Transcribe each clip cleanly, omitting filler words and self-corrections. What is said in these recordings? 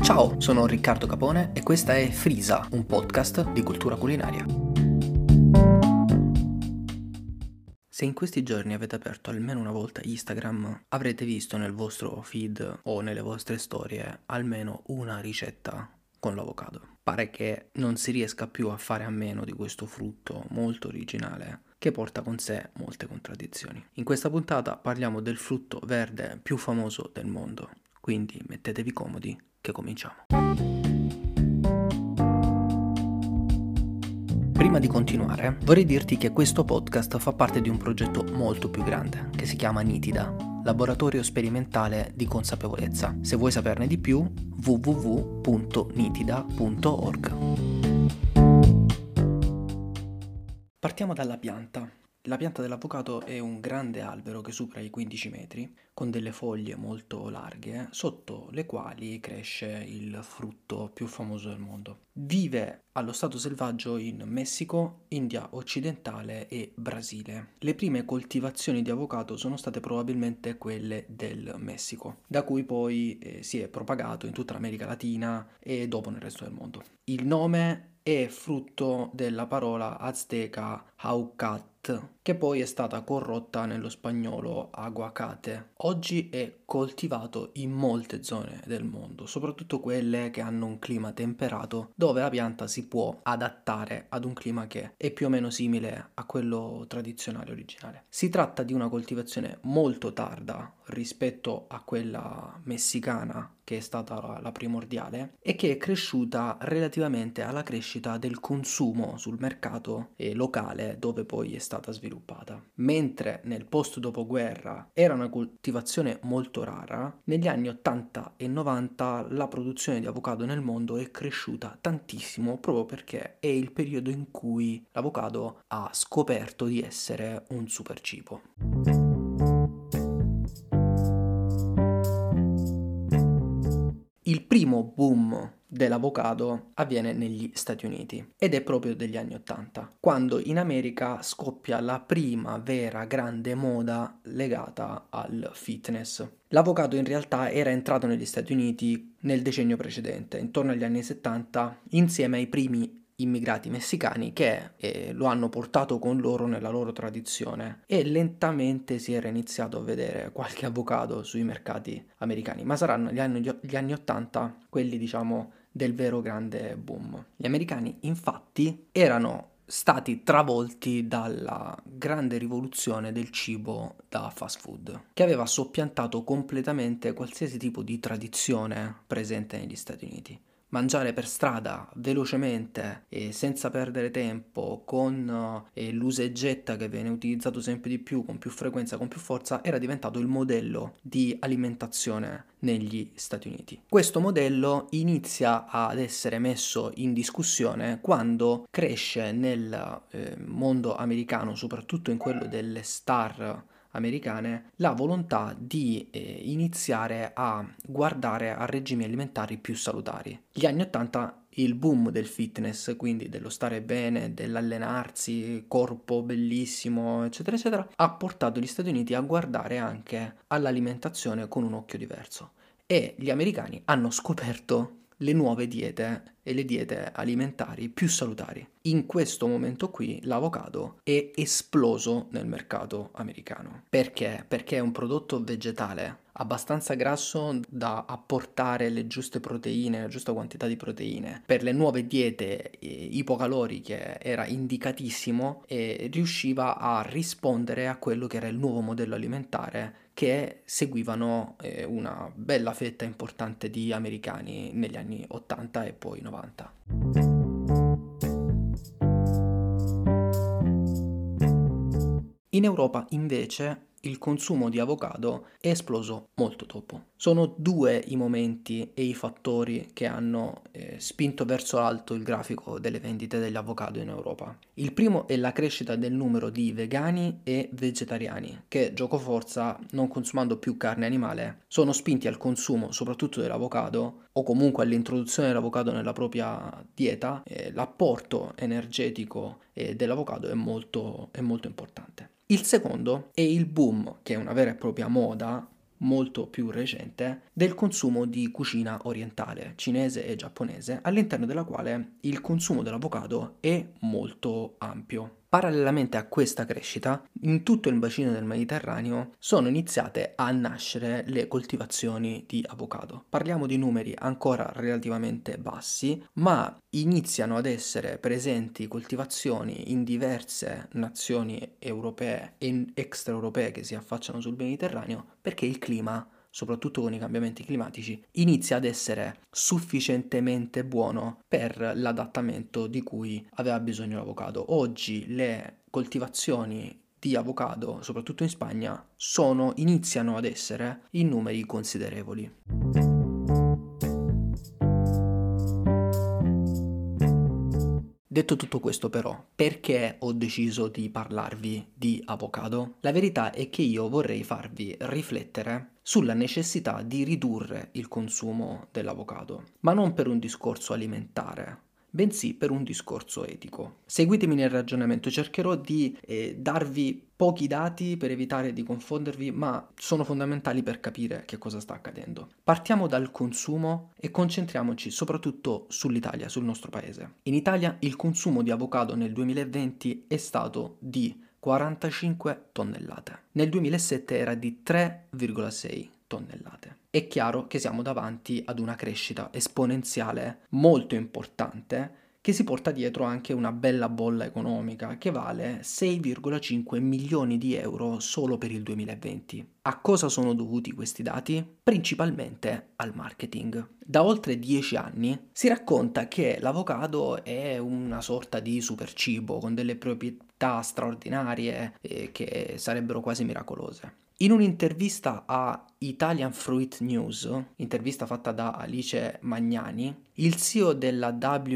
Ciao, sono Riccardo Capone e questa è Frisa, un podcast di cultura culinaria. Se in questi giorni avete aperto almeno una volta Instagram, avrete visto nel vostro feed o nelle vostre storie almeno una ricetta con l'avocado. Pare che non si riesca più a fare a meno di questo frutto molto originale che porta con sé molte contraddizioni. In questa puntata parliamo del frutto verde più famoso del mondo, quindi mettetevi comodi che cominciamo. Prima di continuare, vorrei dirti che questo podcast fa parte di un progetto molto più grande, che si chiama Nitida, laboratorio sperimentale di consapevolezza. Se vuoi saperne di più, www.nitida.org. Partiamo dalla pianta. La pianta dell'avocado è un grande albero che supera i 15 metri, con delle foglie molto larghe, sotto le quali cresce il frutto più famoso del mondo. Vive allo stato selvaggio in Messico, India occidentale e Brasile. Le prime coltivazioni di avocado sono state probabilmente quelle del Messico, da cui poi si è propagato in tutta l'America Latina e dopo nel resto del mondo. Il nome è frutto della parola azteca Haucat, che poi è stata corrotta nello spagnolo aguacate. Oggi è coltivato in molte zone del mondo, soprattutto quelle che hanno un clima temperato, dove la pianta si può adattare ad un clima che è più o meno simile a quello tradizionale originale. Si tratta di una coltivazione molto tarda rispetto a quella messicana, che è stata la primordiale, e che è cresciuta relativamente alla crescita del consumo sul mercato locale dove poi è stata sviluppata. Mentre nel post dopoguerra era una coltivazione molto rara, negli anni 80 e 90 la produzione di avocado nel mondo è cresciuta tantissimo proprio perché è il periodo in cui l'avocado ha scoperto di essere un super cibo. Il primo boom dell'avocado avviene negli Stati Uniti ed è proprio degli anni 80, quando in America scoppia la prima vera grande moda legata al fitness. L'avocado in realtà era entrato negli Stati Uniti nel decennio precedente, intorno agli anni 70, insieme ai primi immigrati messicani che lo hanno portato con loro nella loro tradizione e lentamente si era iniziato a vedere qualche avocado sui mercati americani, ma saranno gli anni 80 quelli diciamo del vero grande boom. Gli americani infatti erano stati travolti dalla grande rivoluzione del cibo da fast food, che aveva soppiantato completamente qualsiasi tipo di tradizione presente negli Stati Uniti. Mangiare per strada velocemente e senza perdere tempo con l'usa e getta che viene utilizzato sempre di più, con più frequenza, con più forza, era diventato il modello di alimentazione negli Stati Uniti. Questo modello inizia ad essere messo in discussione quando cresce nel mondo americano, soprattutto in quello delle star americane, la volontà di iniziare a guardare a regimi alimentari più salutari. Gli anni 80, il boom del fitness, quindi dello stare bene, dell'allenarsi, corpo bellissimo, eccetera, eccetera, ha portato gli Stati Uniti a guardare anche all'alimentazione con un occhio diverso. E gli americani hanno scoperto le nuove diete e le diete alimentari più salutari. In questo momento qui l'avocado è esploso nel mercato americano. Perché? Perché è un prodotto vegetale abbastanza grasso da apportare le giuste proteine, la giusta quantità di proteine. Per le nuove diete ipocaloriche era indicatissimo e riusciva a rispondere a quello che era il nuovo modello alimentare che seguivano una bella fetta importante di americani negli anni 80 e poi 90. In Europa invece il consumo di avocado è esploso molto dopo. Sono due i momenti e i fattori che hanno spinto verso l'alto il grafico delle vendite degli avocado in Europa. Il primo è la crescita del numero di vegani e vegetariani che, giocoforza, non consumando più carne animale, sono spinti al consumo soprattutto dell'avocado o comunque all'introduzione dell'avocado nella propria dieta. L'apporto energetico dell'avocado è molto importante. Il secondo è il boom, che è una vera e propria moda, molto più recente del consumo di cucina orientale, cinese e giapponese, all'interno della quale il consumo dell'avocado è molto ampio. Parallelamente a questa crescita, in tutto il bacino del Mediterraneo sono iniziate a nascere le coltivazioni di avocado. Parliamo di numeri ancora relativamente bassi, ma iniziano ad essere presenti coltivazioni in diverse nazioni europee e extraeuropee che si affacciano sul Mediterraneo perché il clima, soprattutto con i cambiamenti climatici, inizia ad essere sufficientemente buono per l'adattamento di cui aveva bisogno l'avocado. Oggi le coltivazioni di avocado, soprattutto in Spagna, iniziano ad essere in numeri considerevoli. Detto tutto questo però, perché ho deciso di parlarvi di avocado? La verità è che io vorrei farvi riflettere sulla necessità di ridurre il consumo dell'avocado, ma non per un discorso alimentare, bensì per un discorso etico. Seguitemi nel ragionamento, cercherò di darvi pochi dati per evitare di confondervi, ma sono fondamentali per capire che cosa sta accadendo. Partiamo dal consumo e concentriamoci soprattutto sull'Italia, sul nostro paese. In Italia il consumo di avocado nel 2020 è stato di 45 tonnellate. Nel 2007 era di 3,6 tonnellate. È chiaro che siamo davanti ad una crescita esponenziale molto importante che si porta dietro anche una bella bolla economica che vale 6,5 milioni di euro solo per il 2020. A cosa sono dovuti questi dati? Principalmente al marketing. Da oltre 10 anni si racconta che l'avocado è una sorta di supercibo con delle proprietà straordinarie che sarebbero quasi miracolose. In un'intervista a Italian Fruit News, intervista fatta da Alice Magnani, il CEO della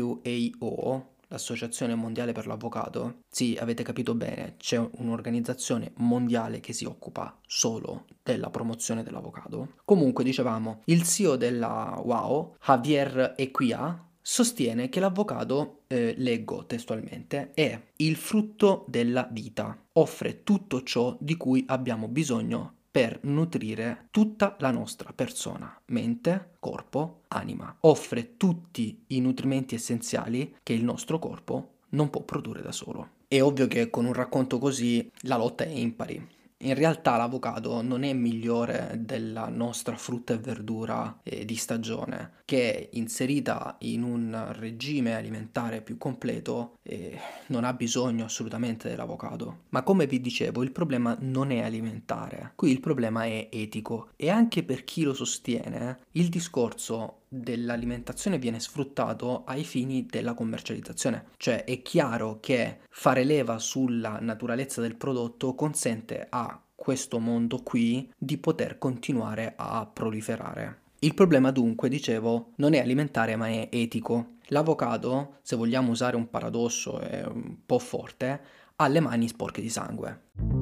WAO, l'Associazione Mondiale per l'Avocado, sì, avete capito bene, c'è un'organizzazione mondiale che si occupa solo della promozione dell'avocado. Comunque, dicevamo, il CEO della WAO, Javier Equia, sostiene che l'avocado, leggo testualmente, è il frutto della vita, offre tutto ciò di cui abbiamo bisogno per nutrire tutta la nostra persona, mente, corpo, anima. Offre tutti i nutrimenti essenziali che il nostro corpo non può produrre da solo. È ovvio che con un racconto così la lotta è impari. In realtà l'avocado non è migliore della nostra frutta e verdura di stagione, che inserita in un regime alimentare più completo non ha bisogno assolutamente dell'avocado. Ma come vi dicevo, il problema non è alimentare, qui il problema è etico e anche per chi lo sostiene il discorso dell'alimentazione viene sfruttato ai fini della commercializzazione, cioè è chiaro che fare leva sulla naturalezza del prodotto consente a questo mondo qui di poter continuare a proliferare. Il problema dunque, dicevo, non è alimentare ma è etico. L'avocado, se vogliamo usare un paradosso un po' forte, ha le mani sporche di sangue.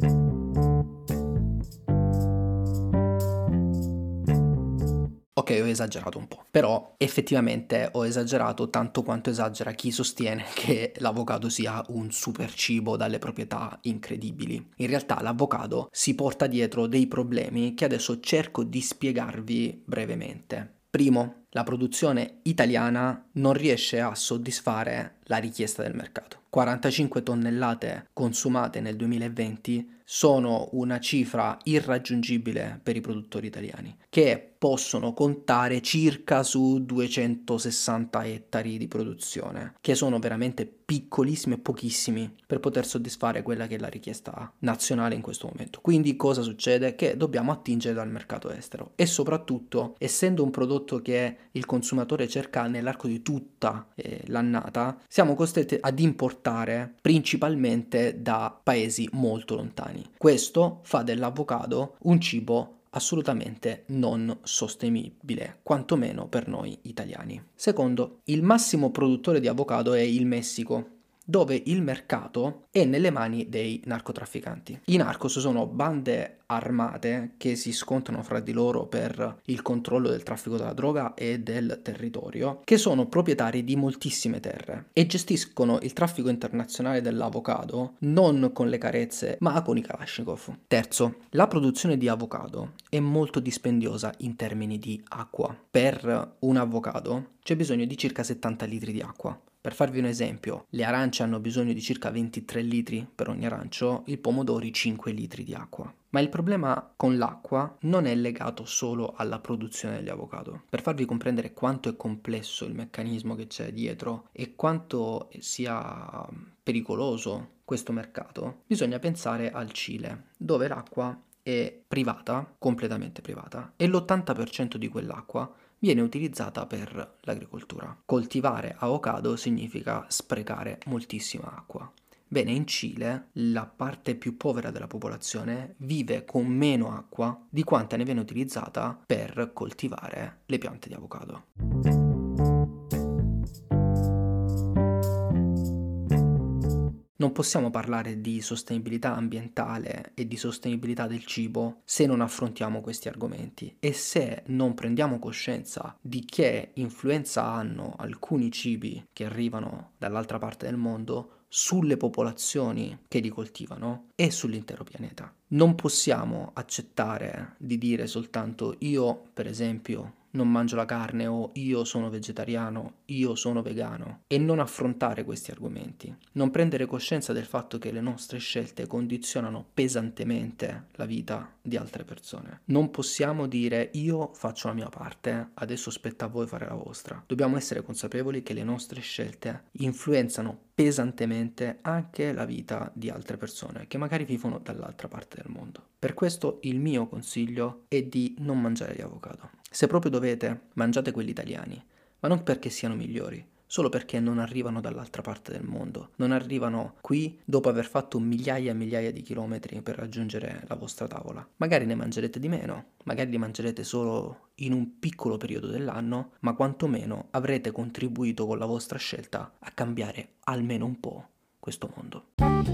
Ok, ho esagerato un po', però effettivamente ho esagerato tanto quanto esagera chi sostiene che l'avocado sia un super cibo dalle proprietà incredibili. In realtà l'avocado si porta dietro dei problemi che adesso cerco di spiegarvi brevemente. Primo, la produzione italiana non riesce a soddisfare la richiesta del mercato. 45 tonnellate consumate nel 2020 sono una cifra irraggiungibile per i produttori italiani, che possono contare circa su 260 ettari di produzione, che sono veramente piccolissimi e pochissimi per poter soddisfare quella che è la richiesta nazionale in questo momento. Quindi cosa succede? Che dobbiamo attingere dal mercato estero e soprattutto, essendo un prodotto che il consumatore cerca nell'arco di tutta l'annata, siamo costretti ad importare principalmente da paesi molto lontani. Questo fa dell'avocado un cibo assolutamente non sostenibile, quantomeno per noi italiani. Secondo, il massimo produttore di avocado è il Messico, dove il mercato è nelle mani dei narcotrafficanti. I narcos sono bande armate che si scontrano fra di loro per il controllo del traffico della droga e del territorio, che sono proprietari di moltissime terre e gestiscono il traffico internazionale dell'avocado non con le carezze ma con i Kalashnikov. Terzo, la produzione di avocado è molto dispendiosa in termini di acqua. Per un avocado c'è bisogno di circa 70 litri di acqua. Per farvi un esempio, le arance hanno bisogno di circa 23 litri per ogni arancio, i pomodori 5 litri di acqua. Ma il problema con l'acqua non è legato solo alla produzione degli avocado. Per farvi comprendere quanto è complesso il meccanismo che c'è dietro e quanto sia pericoloso questo mercato, bisogna pensare al Cile, dove l'acqua è privata, completamente privata, e l'80% di quell'acqua viene utilizzata per l'agricoltura. Coltivare avocado significa sprecare moltissima acqua. Bene, in Cile la parte più povera della popolazione vive con meno acqua di quanta ne viene utilizzata per coltivare le piante di avocado. Non possiamo parlare di sostenibilità ambientale e di sostenibilità del cibo se non affrontiamo questi argomenti e se non prendiamo coscienza di che influenza hanno alcuni cibi che arrivano dall'altra parte del mondo sulle popolazioni che li coltivano e sull'intero pianeta. Non possiamo accettare di dire soltanto io, per esempio, non mangio la carne o io sono vegetariano, io sono vegano e non affrontare questi argomenti, non prendere coscienza del fatto che le nostre scelte condizionano pesantemente la vita di altre persone. Non possiamo dire io faccio la mia parte, adesso spetta a voi fare la vostra. Dobbiamo essere consapevoli che le nostre scelte influenzano pesantemente anche la vita di altre persone che magari vivono dall'altra parte del mondo. Per questo il mio consiglio è di non mangiare gli avocado. Se proprio dovete, mangiate quelli italiani, ma non perché siano migliori, solo perché non arrivano dall'altra parte del mondo, non arrivano qui dopo aver fatto migliaia e migliaia di chilometri per raggiungere la vostra tavola. Magari ne mangerete di meno, magari li mangerete solo in un piccolo periodo dell'anno, ma quantomeno avrete contribuito con la vostra scelta a cambiare almeno un po' questo mondo.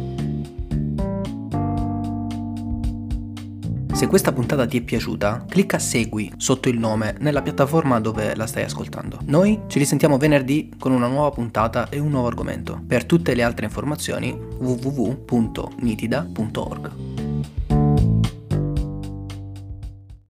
Se questa puntata ti è piaciuta, clicca segui sotto il nome nella piattaforma dove la stai ascoltando. Noi ci risentiamo venerdì con una nuova puntata e un nuovo argomento. Per tutte le altre informazioni www.nitida.org.